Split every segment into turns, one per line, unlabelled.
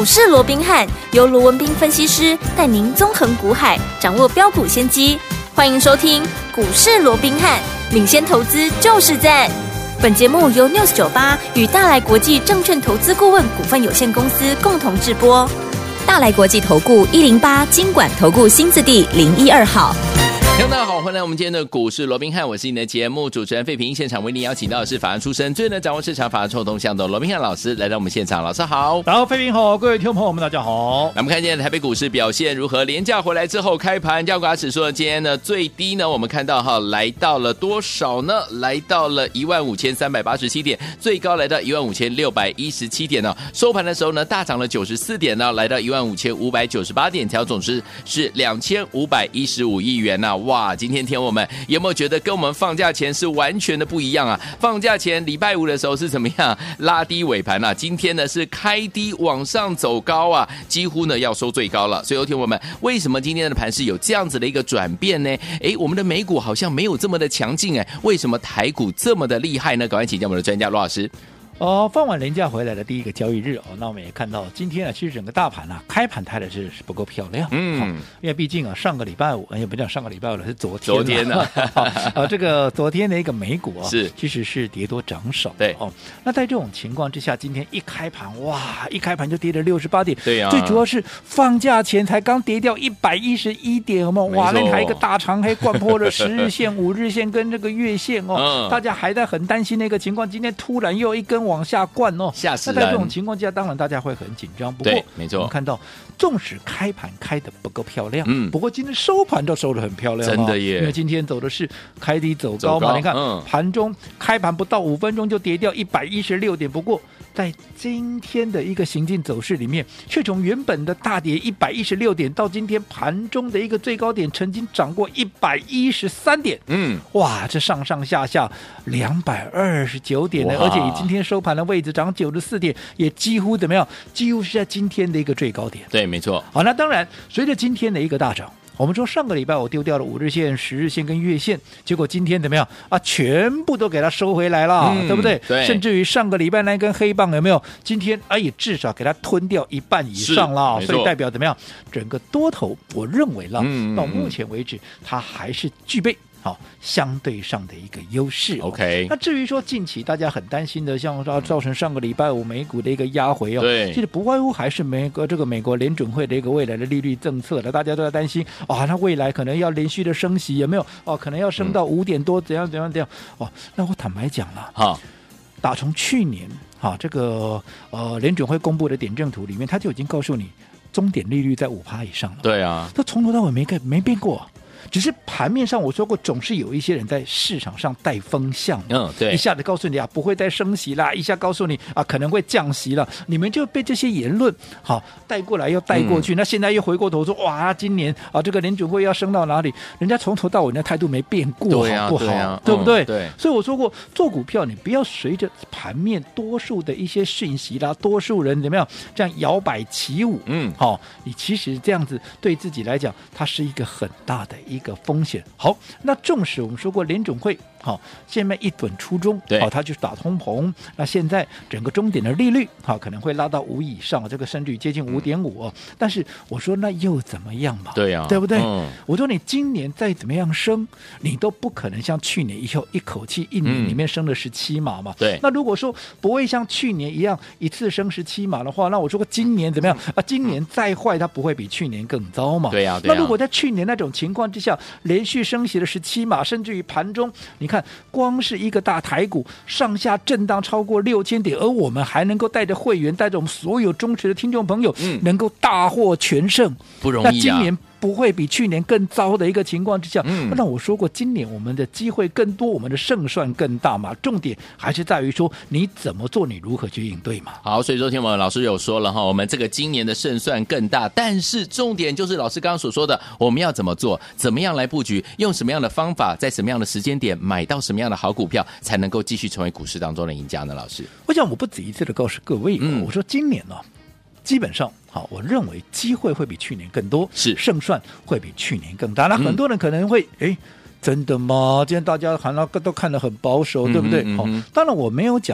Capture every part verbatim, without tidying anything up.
市罗宾汉由罗文彬分析师带您纵横股海，掌握标股先机。欢迎收听股市罗宾汉，领先投资就是赞。本节目由 News 九十八与大来国际证券投资顾问股份有限公司共同制播。大来国际投顾一零八金管投顾新字第零一二号。
听众大家好，欢迎来我们今天的股市罗宾汉，我是你的节目主持人费平。现场为您邀请到的是法案出身、最能掌握市场法案臭动向的罗宾汉老师来到我们现场，老师好。
然后费平好，各位听众朋友们大家好。
那我们看见台北股市表现如何？连假回来之后开盘，加权指数呢今天呢最低呢我们看到哈来到了多少呢？来到了一万五千三百八十七点，最高来到一万五千六百一十七点呢、哦。收盘的时候呢大涨了九十四点呢，来到一万五千五百九十八点，调总值是两千五百一十五亿元呐、啊。哇，今天天我们有没有觉得跟我们放假前是完全的不一样啊？放假前礼拜五的时候是怎么样拉低尾盘啊？今天呢是开低往上走高啊，几乎呢要收最高了。所以有听我们为什么今天的盘是有这样子的一个转变呢？诶，我们的美股好像没有这么的强劲哎，为什么台股这么的厉害呢？赶快请教我们的专家罗老师。
哦，放完连假回来的第一个交易日哦，那我们也看到今天啊，其实整个大盘啊，开盘开的是是不够漂亮，嗯、哦，因为毕竟啊，上个礼拜五，也不讲上个礼拜五了，是昨天，
昨天呢、啊，
啊，这个昨天的一个美股啊，
是
其实是跌多涨少，
对
哦，那在这种情况之下，今天一开盘，哇，一开盘就跌了六十八点，
对啊，
最主要是放假前才刚跌掉一百一十一点，有没有？哇，那还一个大长黑灌破了十日线、五日线跟这个月线哦，嗯、大家还在很担心那个情况，今天突然又一根往下灌哦。
吓死人！
那在这种情况下，当然大家会很紧张。不过，
没错，
我们看到，纵使开盘开的不够漂亮，
嗯，
不过今天收盘都收得很漂亮，
真的耶！
因为今天走的是开低走高嘛。高你看，嗯、盘中开盘不到五分钟就跌掉一百一十六点，不过在今天的一个行进走势里面，却从原本的大跌一百一十六点，到今天盘中的一个最高点，曾经涨过一百一十三点。嗯，哇，这上上下下两百二十九点呢，而且以今天收盘的位置涨九十四点，也几乎怎么样？几乎是在今天的一个最高点。
对，没错。
好，那当然，随着今天的一个大涨，我们说上个礼拜我丢掉了五日线、十日线跟月线，结果今天怎么样啊？全部都给它收回来了，嗯、对不对？
对。
甚至于上个礼拜那根黑棒有没有？今天啊也至少给它吞掉一半以上了，所以代表怎么样？整个多头，我认为了，嗯、到目前为止，它还是具备。好，相对上的一个优势。
OK，
那至于说近期大家很担心的，像造成上个礼拜五美股的一个压回哦，
对，
其实不外乎还是美国这个美国联准会的一个未来的利率政策了，大家都在担心啊，它未来可能要连续的升息，有没有？哦，可能要升到五点多，怎样怎样怎样？哦，那我坦白讲了，
好，
打从去年哈这个呃联准会公布的点阵图里面，它就已经告诉你，终点利率在五趴以上了。
对啊，
它从头到尾没改没变过。只是盘面上我说过，总是有一些人在市场上带风向，
嗯，对，
一下子告诉你啊不会再升息啦，一下告诉你啊可能会降息了，你们就被这些言论好带过来又带过去，嗯、那现在又回过头说哇，今年啊这个联准会要升到哪里？人家从头到尾那态度没变过，
对啊、
好不好？
对啊、
对不对？
嗯、对。
所以我说过，做股票你不要随着盘面多数的一些讯息啦，多数人怎么样这样摇摆起舞，嗯，好、哦，你其实这样子对自己来讲，它是一个很大的一个风险。好，那纵使我们说过联准会好，现在一趸初中，好，它就是打通膨。那现在整个终点的利率，好，可能会拉到五以上，这个甚至于接近五点五。但是我说那又怎么样嘛？
对呀、啊，
对不对？
嗯、
我说你今年再怎么样升，你都不可能像去年以后一口气一年里面升了十七码嘛。
对、嗯。
那如果说不会像去年一样一次升十七码的话，那我说过今年怎么样啊？今年再坏，它不会比去年更糟嘛？
对呀、啊。对啊、
那如果在去年那种情况之下，连续升息了十七码，甚至于盘中，你看光是一个大台股上下震荡超过六千点，而我们还能够带着会员，带着我们所有忠实的听众朋友，嗯、能够大获全胜，
不容易啊。
那今年不会比去年更糟的一个情况之下，嗯，那我说过，今年我们的机会更多，我们的胜算更大嘛。重点还是在于说你怎么做，你如何去应对嘛。
好，所以昨天我们老师有说了哈，我们这个今年的胜算更大，但是重点就是老师刚刚所说的，我们要怎么做，怎么样来布局，用什么样的方法，在什么样的时间点买到什么样的好股票，才能够继续成为股市当中的赢家呢？老师，
我想我不止一次的告诉各位，嗯、我说今年呢、啊。基本上，好，我认为机会会比去年更多，
是
胜算会比去年更大。那很多人可能会，哎、嗯，真的吗？今天大家好像都看得很保守，对不对？好、嗯，当然我没有讲说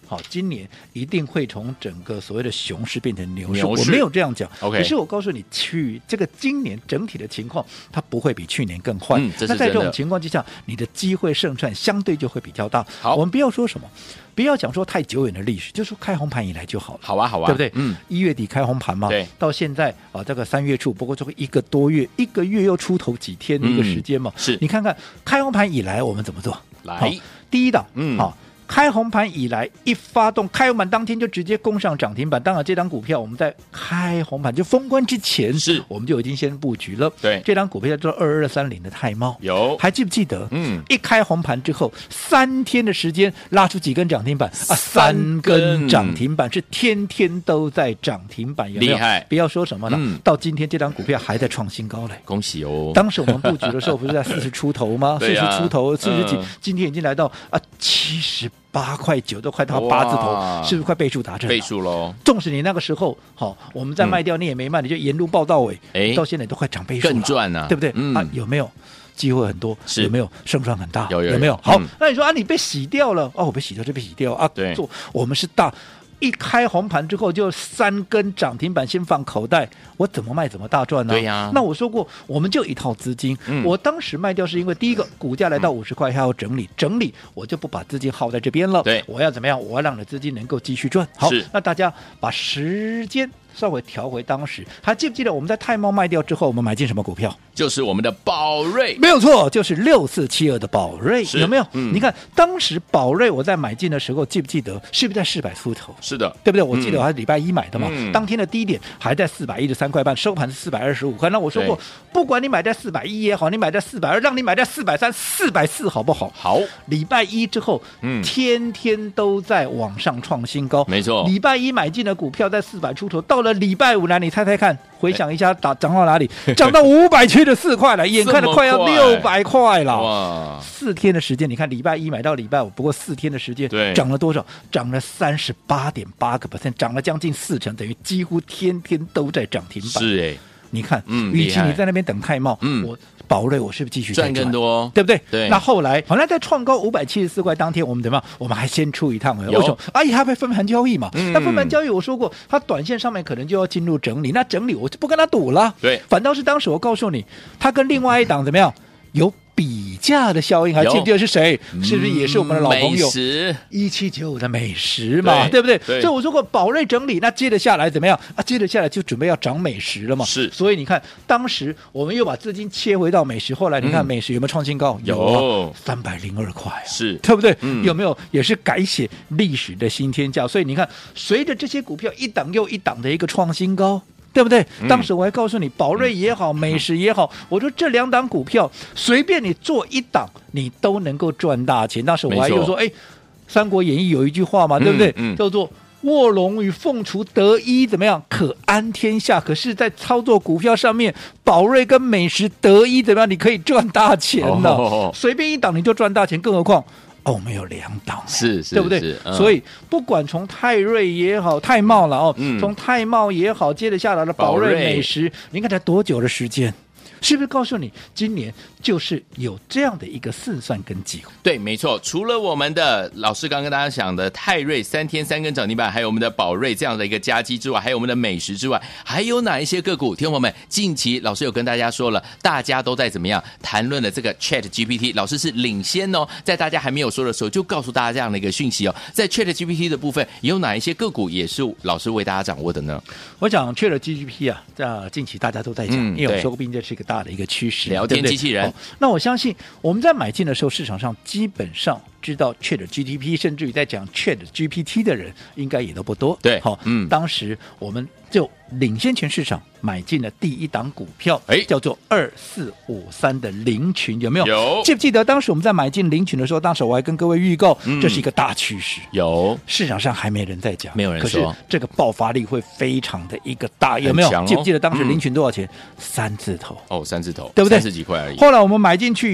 好，今年一定会从整个所谓的熊市变成牛市，
牛市
我没有这样讲。
OK，
可是我告诉你，去这个今年整体的情况，它不会比去年更坏。
嗯，这是
那在这种情况之下，你的机会胜算相对就会比较大。
好，
我们不要说什么，不要讲说太久远的历史，就说开红盘以来就好了。
好啊，好啊，
对不对？
嗯，
一月底开红盘嘛，
对，
到现在啊，这个三月初，不过这个一个多月，一个月又出头几天的一个时间嘛。
嗯、是，
你看看开红盘以来我们怎么做？
来，
第一档，
嗯，
好。开红盘以来一发动，开红盘当天就直接攻上涨停板。当然，这张股票我们在开红盘就封关之前，
是
我们就已经先布局了。
对，
这张股票叫做二二三零的泰茂，
有
还记不记得？
嗯，
一开红盘之后，三天的时间拉出几根涨停板啊，三根涨停板是天天都在涨停板，有没有？
厉害！
不要说什么了，嗯、到今天这张股票还在创新高嘞，
恭喜哦！
当时我们布局的时候不是在四十出头吗？四十、啊、出头，四十几、嗯，今天已经来到啊七十。八块九都快到八字头，是不是快倍数达成了？
倍数喽！
纵使你那个时候好，我们再卖掉、嗯、你也没卖，你就沿路报到尾，
哎，
到现在都快涨倍数了，
更赚啊，
对不对？
嗯、
啊，有没有机会很多？有没有胜算很大？
有有
有, 有没有？好，嗯、那你说啊，你被洗掉了哦，我被洗掉就被洗掉啊，
对，
做我们是大。一开红盘之后就三根涨停板先放口袋，我怎么卖怎么大赚呢？
对呀、啊。
那我说过，我们就一套资金、嗯，我当时卖掉是因为第一个股价来到五十块还要整理，嗯、整理我就不把资金耗在这边了。
对，
我要怎么样？我要让你的资金能够继续赚。好，那大家把时间稍微调回当时，还记不记得我们在泰茂卖掉之后，我们买进什么股票？
就是我们的宝瑞，
没有错，就是六四七二的宝瑞，有没有？
嗯、
你看当时宝瑞我在买进的时候，记不记得是不是在四百出头？
是的，
对不对？我记得我还是礼拜一买的嘛，
嗯、
当天的低点还在四百一十三块半，收盘是四百二十五块。那我说过，不管你买在四百一也好，你买在四百二，让你买在四百三、四百四，好不好？
好。
礼拜一之后，嗯，天天都在往上创新高，
没错。
礼拜一买进的股票在四百出头，到了礼拜五来，你猜猜看，回想一下，打涨到哪里？涨到五百七十四块了，眼看着快要六百块了。哇！四天的时间，你看礼拜一买到礼拜五，不过四天的时间，
对，
涨了多少？涨了三十八点八个 percent， 涨了将近四成，等于几乎天天都在涨停板。
是哎、欸，
你看，
嗯，
与其你在那边等泰茂，嗯，我宝瑞我是不是继续
赚更多，
对不对？
对。
那后来，好像在创高五百七十四块当天，我们怎么样？我们还先出一趟，为什么？哎呀，还会分盘交易嘛？嗯、那分盘交易，我说过，它短线上面可能就要进入整理，那整理我就不跟他赌了。
对，
反倒是当时我告诉你，他跟另外一档怎么样？有比价的效应，还记不记得是谁？是不是也是我们的老朋友？
美食
一七九五的美食嘛， 对, 对不对？
对。
所以我说过，宝瑞整理，那接着下来怎么样啊？接着下来就准备要涨美食了嘛。
是。
所以你看，当时我们又把资金切回到美食，后来你看美食有没有创新高？
嗯、有
三百零二块，
是
对不对？
嗯、
有没有也是改写历史的新天价？所以你看，随着这些股票一档又一档的一个创新高。对不对？当时我还告诉你，宝瑞也好，美食也好，我说这两档股票随便你做一档，你都能够赚大钱。当时我还又说，哎，《三国演义》有一句话嘛，对不对？
嗯嗯、
叫做“卧龙与凤雏得一怎么样，可安天下”。可是，在操作股票上面，宝瑞跟美食得一怎么样，你可以赚大钱的，哦、随便一档你就赚大钱，更何况。哦，我们有两档，
是是，
对不对？
嗯、
所以不管从泰瑞也好，泰茂了哦，
嗯、
从泰茂也好，接着下来的宝瑞美食，你看才多久的时间？是不是告诉你，今年就是有这样的一个胜算跟机会？
对，没错。除了我们的老师刚跟大家讲的泰瑞三天三根涨停板，还有我们的宝瑞这样的一个佳绩之外，还有我们的美食之外，还有哪一些个股？听众朋友们，近期老师有跟大家说了，大家都在怎么样谈论的这个 Chat G P T， 老师是领先哦，在大家还没有说的时候，就告诉大家这样的一个讯息哦。在 Chat G P T 的部分，有哪一些个股也是老师为大家掌握的呢？
我讲 Chat G P T 啊，在近期大家都在讲，嗯、因为我说过，毕竟这是一个大的一个趋势。
聊天机器人，
那我相信我们在买进的时候，市场上基本上知道 Chat G P T， 甚至于在讲 Chat G P T 的人，应该也都不多。
对，
好，嗯，当时我们就领先全市场买进了第一档股票，
哎，
叫做二四五三的凌群，有没有？
有。
记不记得当时我们在买进凌群的时候，当时我还跟各位预告，嗯、这是一个大趋势。
有，
市场上还没人在讲，
没有人说，
可是这个爆发力会非常的一个大，有没有？
哦、
记不记得当时凌群多少钱？嗯、三字头。
哦，三字头，
对不对？
三十几块而已。
后来我们买进去以后，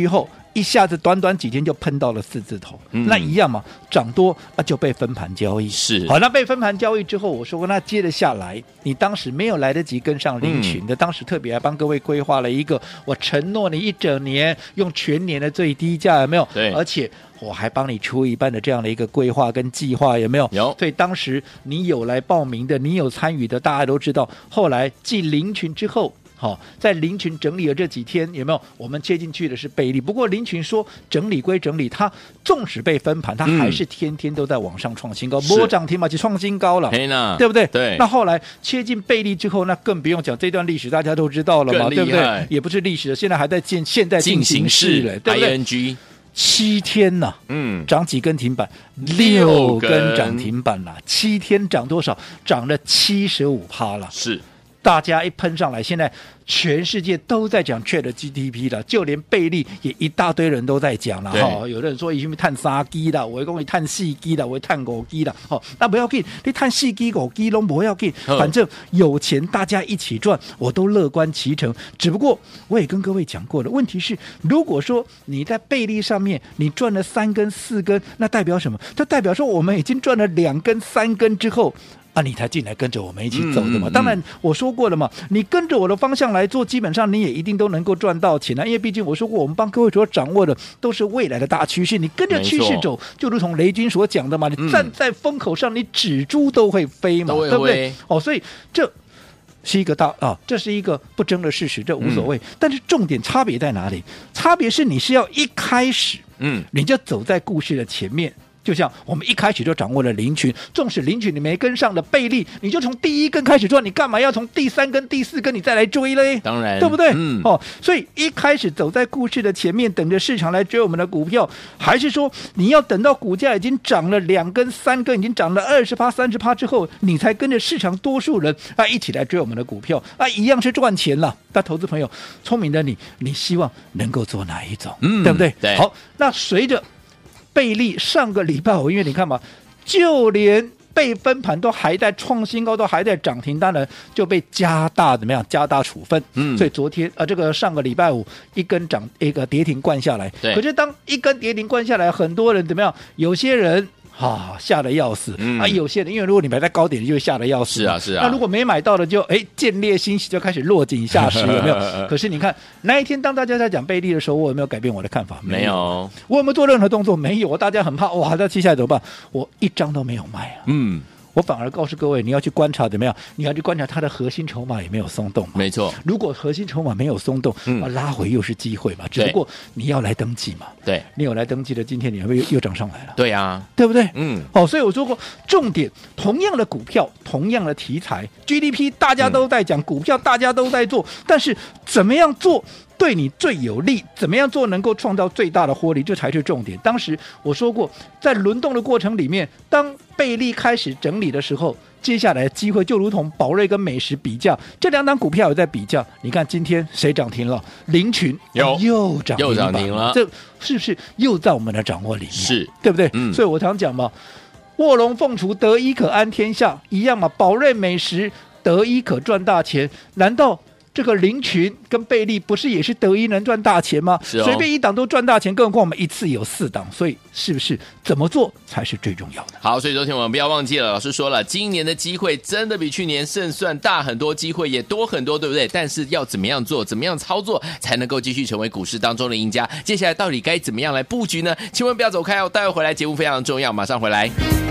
一下子短短几天就喷到了四字头，嗯、那一样嘛，涨多啊就被分盘交易。
是，
好，那被分盘交易之后，我说过，那接着下来，你当时没有来得及跟上林群的，嗯、当时特别还帮各位规划了一个，我承诺你一整年用全年的最低价，有没有？
对，
而且我还帮你出一半的这样的一个规划跟计划，有没有？
有。
所以当时你有来报名的，你有参与的，大家都知道。后来继林群之后。好，在林群整理了这几天，有没有？我们切进去的是贝利，不过林群说整理归整理，它纵使被分盘，它还是天天都在往上创新高，摸涨停嘛就创新高了，对不对？
对。
那后来切进贝利之后，那更不用讲，这段历史大家都知道了嘛，对不对？也不是历史了，现在还在进现在进行式了，对不对 ？I N G 七天呐、啊，嗯，涨几根停板？六根涨停板了，七天涨多少？涨了七十五趴了，
是。
大家一喷上来，现在全世界都在讲 Chat G T P 了，就连贝利也一大堆人都在讲了哈。有的人说因为碳三 G 了，我讲碳四 G 了，我碳五 G 了，好，那不要紧，你碳四 G 五 G 都不要紧，反正有钱大家一起赚，我都乐观其成。只不过我也跟各位讲过了，问题是如果说你在贝利上面你赚了三根四根，那代表什么？这代表说我们已经赚了两根三根之后。啊，你才进来跟着我们一起走的嘛、嗯嗯、当然我说过了嘛，你跟着我的方向来做，基本上你也一定都能够赚到钱啊，因为毕竟我说过，我们帮各位所掌握的都是未来的大趋势，你跟着趋势走，就如同雷军所讲的嘛，你站在风口上，你指猪都会飞嘛，对不对？哦，所以这是一个大啊，这是一个不争的事实，这无所谓、嗯、但是重点差别在哪里？差别是你是要一开始嗯，你就走在故事的前面，就像我们一开始就掌握了林群，纵使林群你没跟上的贝利，你就从第一根开始赚，你干嘛要从第三根第四根你再来追嘞？
当然，
对不对？
嗯，
哦，所以一开始走在故事的前面，等着市场来追我们的股票，还是说你要等到股价已经涨了两根三根，已经涨了二十趴三十趴之后，你才跟着市场多数人啊一起来追我们的股票啊，一样是赚钱了。但投资朋友聪明的你，你希望能够做哪一种？嗯，对不对？
对。
好，那随着贝利上个礼拜五，因为你看嘛，就连被分盘都还在创新高，都还在涨停，当然就被加大怎么样？加大处分。嗯，所以昨天呃，这个上个礼拜五一根涨一个跌停灌下来，可是当一根跌停灌下来，很多人怎么样？有些人。啊，吓得要死、嗯、啊！有些人因为如果你买在高点，就会吓得要死。
是啊，是啊。
那如果没买到的就，就哎见猎欣喜，就开始落井下石，有没有？可是你看那一天，当大家在讲贝利的时候，我有没有改变我的看法？
没有。
我有没有做任何动作？没有。大家很怕，哇！那接下来怎么办？我一张都没有卖啊。嗯。我反而告诉各位，你要去观察怎么样？你要去观察它的核心筹码有没有松动嘛？
没错。
如果核心筹码没有松动，嗯、啊，拉回又是机会嘛。只不过你要来登记嘛。
对。你
有来登记的，今天你会不会又又涨上来了？
对啊，
对不对？
嗯。
好、哦，所以我说过，重点同样的股票，同样的题材 ，G D P 大家都在讲，嗯、股票大家都在做，但是怎么样做？对你最有利，怎么样做能够创造最大的获利，这才是重点。当时我说过，在轮动的过程里面，当贝利开始整理的时候，接下来的机会就如同宝瑞跟美食比价，这两档股票有在比价。你看今天谁涨停了？林群
有
又涨停，
又涨停了，
这是不是又在我们的掌握里面？
是，
对不对？
嗯，
所以我常讲嘛，卧龙凤雏，得一可安天下，一样嘛。宝瑞美食得一可赚大钱，难道？这个林群跟贝利不是也是得一能赚大钱吗？
是哦，
随便一档都赚大钱，更何况我们一次有四档，所以是不是怎么做才是最重要的？
好，所以昨天我们不要忘记了，老师说了，今年的机会真的比去年胜算大很多，机会也多很多，对不对？但是要怎么样做，怎么样操作才能够继续成为股市当中的赢家？接下来到底该怎么样来布局呢？千万不要走开哦，待会回来节目非常重要，马上回来。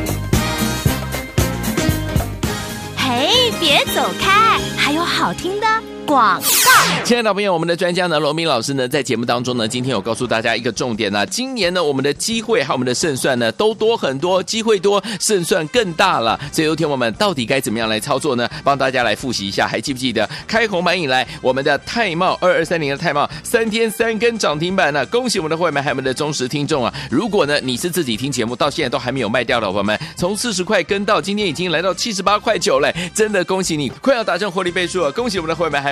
嘿，别走开，还有好听的广告。
亲爱的朋友，我们的专家呢，罗明老师呢，在节目当中呢，今天有告诉大家一个重点呢、啊，今年呢，我们的机会还有我们的胜算呢，都多很多，机会多，胜算更大了。所以有天我们到底该怎么样来操作呢？帮大家来复习一下，还记不记得开红盘以来，我们的泰茂二二三零的泰茂三天三根涨停板呢、啊？恭喜我们的会员还有我们的忠实听众啊！如果呢你是自己听节目到现在都还没有卖掉的伙伴们，从四十块跟到今天已经来到七十八块九了，真的恭喜你，快要达成获利倍数了！恭喜我们的会员还有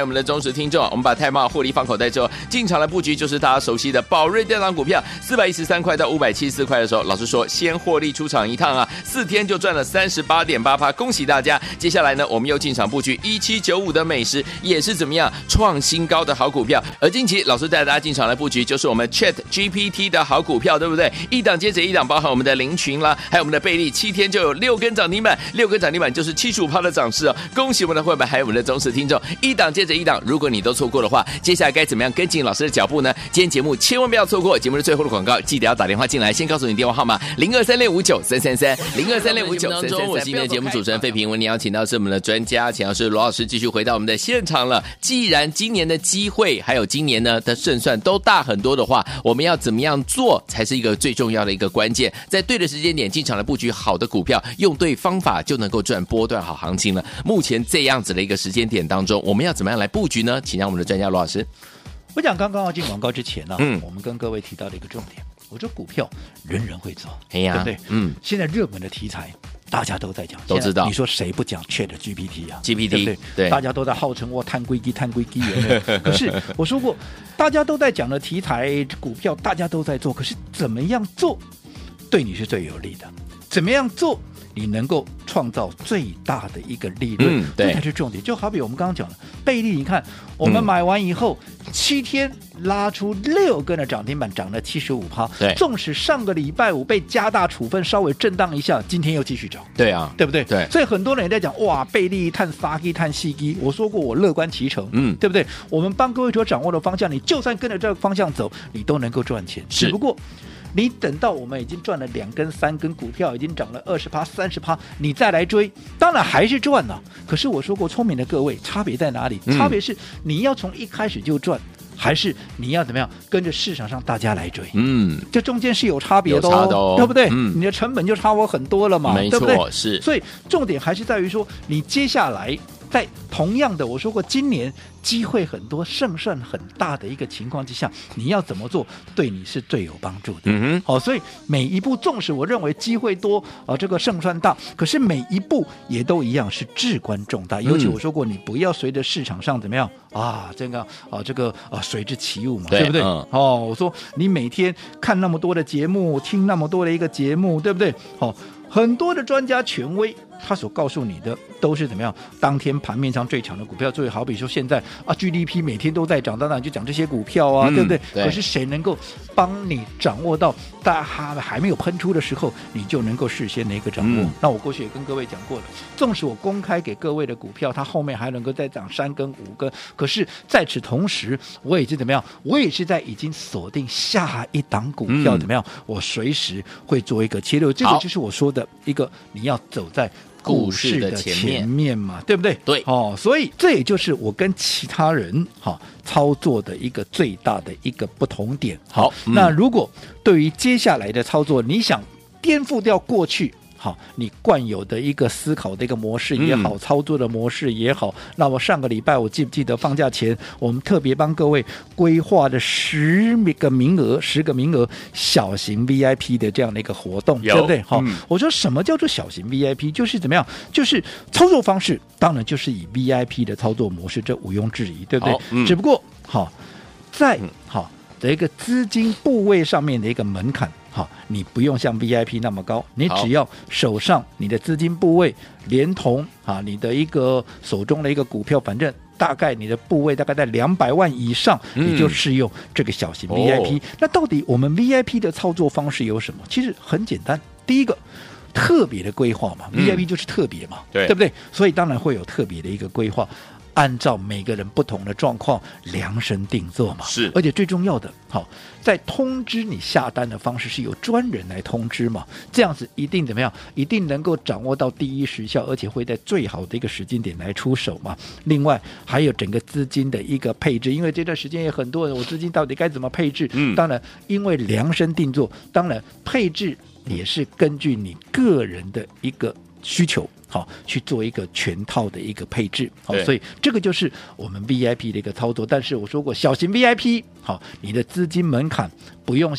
我们的忠实听众，我们把泰茂获利放口袋之后，进场来布局就是大家熟悉的宝瑞这档股票，四百一十三块到五百七十四块的时候，老师说先获利出场一趟啊，四天就赚了三十八点八趴，恭喜大家！接下来呢，我们又进场布局一七九五的美食，也是怎么样创新高的好股票。而近期老师带大家进场来布局，就是我们 Chat G P T 的好股票，对不对？一档接着一档，包含我们的林群啦，还有我们的贝利，七天就有六根涨停板，六根涨停板就是七十五趴的涨势哦！恭喜我们的会员，还有我们的忠实听众，一档接着一档。如果你都错过的话，接下来该怎么样跟紧老师的脚步呢？今天节目千万不要错过，节目的最后的广告记得要打电话进来，先告诉你电话号码零二三六五九三三三零二三六五九三三三。我是今天的节目主持人费平，为您邀请到是我们的专家，请到是罗老师继续回到我们的现场了。既然今年的机会还有今年呢的胜算都大很多的话，我们要怎么样做才是一个最重要的一个关键？在对的时间点进场来布局好的股票，用对方法就能够赚波段好行情了。目前这样子的一个时间点当中，我们要怎么样来布局呢？请让我们的专家罗老师。
我讲刚刚要进广告之前呢、啊，
嗯，
我们跟各位提到的一个重点，我说股票人人会做，
哎呀，
对不对？
嗯，
现在热门的题材大家都在讲，
都知道。
你说谁不讲 Chat G P T 啊
？G P T
对不对？
对，
大家都在号称我碳硅基、碳硅基，可是我说过，大家都在讲的题材股票，大家都在做，可是怎么样做对你是最有利的？怎么样做？你能够创造最大的一个利润，
嗯、这
才是重点。就好比我们刚刚讲的贝利，你看我们买完以后，嗯、七天拉出六根的涨停板，涨了七十五趴。
对，
纵使上个礼拜五被加大处分，稍微震荡一下，今天又继续涨。
对啊，
对不对？
对。
所以很多人也在讲，哇，贝利碳发基碳细基，我说过我乐观其成，
嗯，
对不对？我们帮各位所掌握的方向，你就算跟着这个方向走，你都能够赚钱。只不过。你等到我们已经赚了两根、三根股票，已经涨了二十趴、三十趴，你再来追，当然还是赚了。可是我说过，聪明的各位，差别在哪里？嗯、差别是你要从一开始就赚，还是你要怎么样跟着市场上大家来追？嗯，这中间是有差别的 哦, 的哦，对不对？嗯，你的成本就差我很多了嘛，
没错，
对不对？
是。
所以重点还是在于说，你接下来。在同样的，我说过，今年机会很多、胜算很大的一个情况之下，你要怎么做，对你是最有帮助的。嗯哼，好、哦，所以每一步，纵使我认为机会多啊、呃，这个胜算大，可是每一步也都一样是至关重大。尤其我说过，你不要随着市场上怎么样啊，这个啊，这个啊，随之起舞嘛，对, 对不对？嗯、哦，我说你每天看那么多的节目，听那么多的一个节目，对不对？好、哦。很多的专家权威，他所告诉你的都是怎么样？当天盘面上最强的股票，就好比说现在啊 ，G D P 每天都在涨，当然就讲这些股票啊，嗯、对不对？对。可是谁能够帮你掌握到大家还没有喷出的时候，你就能够事先的一个掌握？嗯、那我过去也跟各位讲过了，纵使我公开给各位的股票，它后面还能够再涨三根、五根，可是在此同时，我也是怎么样？我也是在已经锁定下一档股票、嗯、怎么样？我随时会做一个切入，这个就是我说的。的一个你要走在股市的前面嘛，对不对？
对
哦，所以这也就是我跟其他人哈、哦、操作的一个最大的一个不同点。好，嗯、那如果对于接下来的操作，你想颠覆掉过去。好，你惯有的一个思考的一个模式也好、嗯、操作的模式也好，那我上个礼拜我记不记得放假前我们特别帮各位规划的十个名额十个名额小型 V I P 的这样的一个活动，对不对？好、嗯，我说什么叫做小型 V I P， 就是怎么样，就是操作方式当然就是以 V I P 的操作模式，这毋庸置疑，对不对？嗯、只不过好在好的一个资金部位上面的一个门槛。好，你不用像 V I P 那么高，你只要手上你的资金部位连同啊你的一个手中的一个股票，反正大概你的部位大概在两百万以上，嗯、你就适用这个小型 V I P、哦。那到底我们 V I P 的操作方式有什么？其实很简单，第一个特别的规划嘛、嗯、，V I P 就是特别嘛，对，对不对？所以当然会有特别的一个规划。按照每个人不同的状况量身定做嘛，
是，
而且最重要的，好，在通知你下单的方式是由专人来通知嘛，这样子一定怎么样？一定能够掌握到第一时效，而且会在最好的一个时间点来出手嘛。另外还有整个资金的一个配置，因为这段时间也很多人，我资金到底该怎么配置？嗯，当然因为量身定做，当然配置也是根据你个人的一个需求。好，去做一个全套的一个配置，好，所以这个就是我们 V I P 的一个操作。但是我说过，小型 V I P， 好，你的资金门槛不用像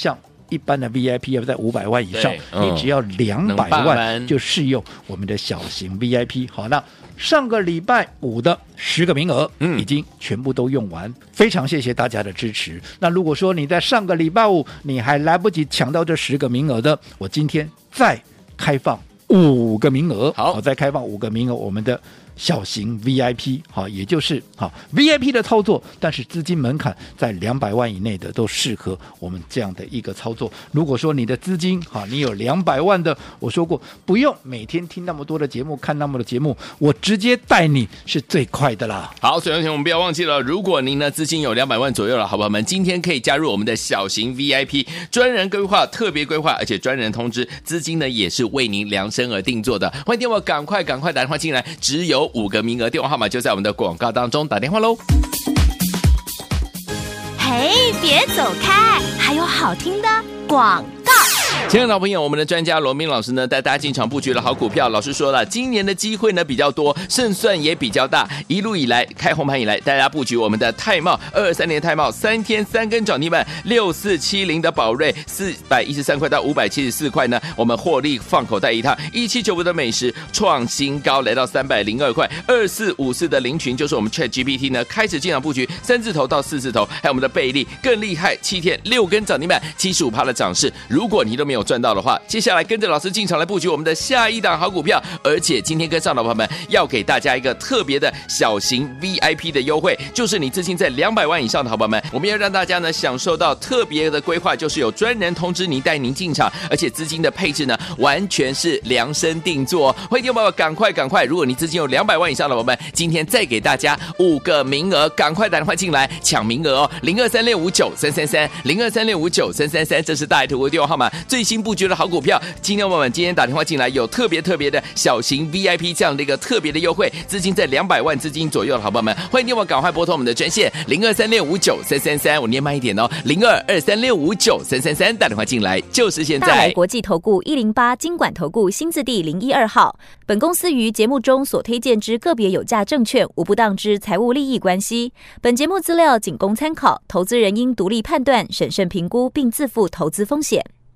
一般的 V I P 要在五百万以上，
嗯、
你只要两百万就适用我们的小型 V I P。好，那上个礼拜五的十个名额，嗯，已经全部都用完，非常谢谢大家的支持。那如果说你在上个礼拜五你还来不及抢到这十个名额的，我今天再开放五个名额，好，再开放五个名额，我们的小型 V I P， 好，也就是好 V I P 的操作，但是资金门槛在两百万以内的都适合我们这样的一个操作。如果说你的资金好，你有两百万的，我说过不用每天听那么多的节目，看那么多的节目，我直接带你是最快的啦。
好，所以我们不要忘记了，如果您呢资金有两百万左右了，好朋友们，今天可以加入我们的小型 V I P 专人规划、特别规划，而且专人通知，资金呢也是为您量身而定做的。欢迎电话赶快赶快打电话进来，只有五个名额，电话号码就在我们的广告当中，打电话喽。
嘿，别走开，还有好听的广告。
亲爱的老朋友，我们的专家罗明老师呢带大家进场布局了好股票。老师说了，今年的机会呢比较多，胜算也比较大。一路以来开红盘以来，大家布局我们的泰茂二二三年泰茂三天三根涨停板，六四七零的宝瑞四百一十三块到五百七十四块呢，我们获利放口袋一趟。一七九五的美食创新高来到三百零二块，二四五四的林群就是我们 Chat G P T 呢开始进场布局三字头到四字头，还有我们的贝利更厉害，七天六根涨停板，七十五趴的涨势。如果你都没有赚到的话，接下来跟着老师进场来布局我们的下一档好股票，而且今天跟上的朋友们要给大家一个特别的小型 V I P 的优惠，就是你资金在两百万以上的好朋友们，我们要让大家呢享受到特别的规划，就是有专人通知您带您进场，而且资金的配置呢完全是量身定做。欢迎听众朋友赶快赶快，如果你资金有两百万以上的朋友们，今天再给大家五个名额，赶快打电话进来抢名额哦，零二三六五九三三三，零二三六五九三三三，这是大爱投顾电话号码。最新布局的好股票，今天我们今天打电话进来有特别特别的小型 V I P 这样的一个特别的优惠，资金在两百万资金左右的好朋友们，欢迎电话赶快拨通我们的专线零二三六五九三三三，我念慢一点哦，零二二三六五九三三三，打电话进来就是现在。
大来国际投顾一零八金管投顾新字第零一二号，本公司于节目中所推荐之个别有价证券无不当之财务利益关系，本节目资料仅供参考，投资人应独立判断、审慎评估并自负投资风险。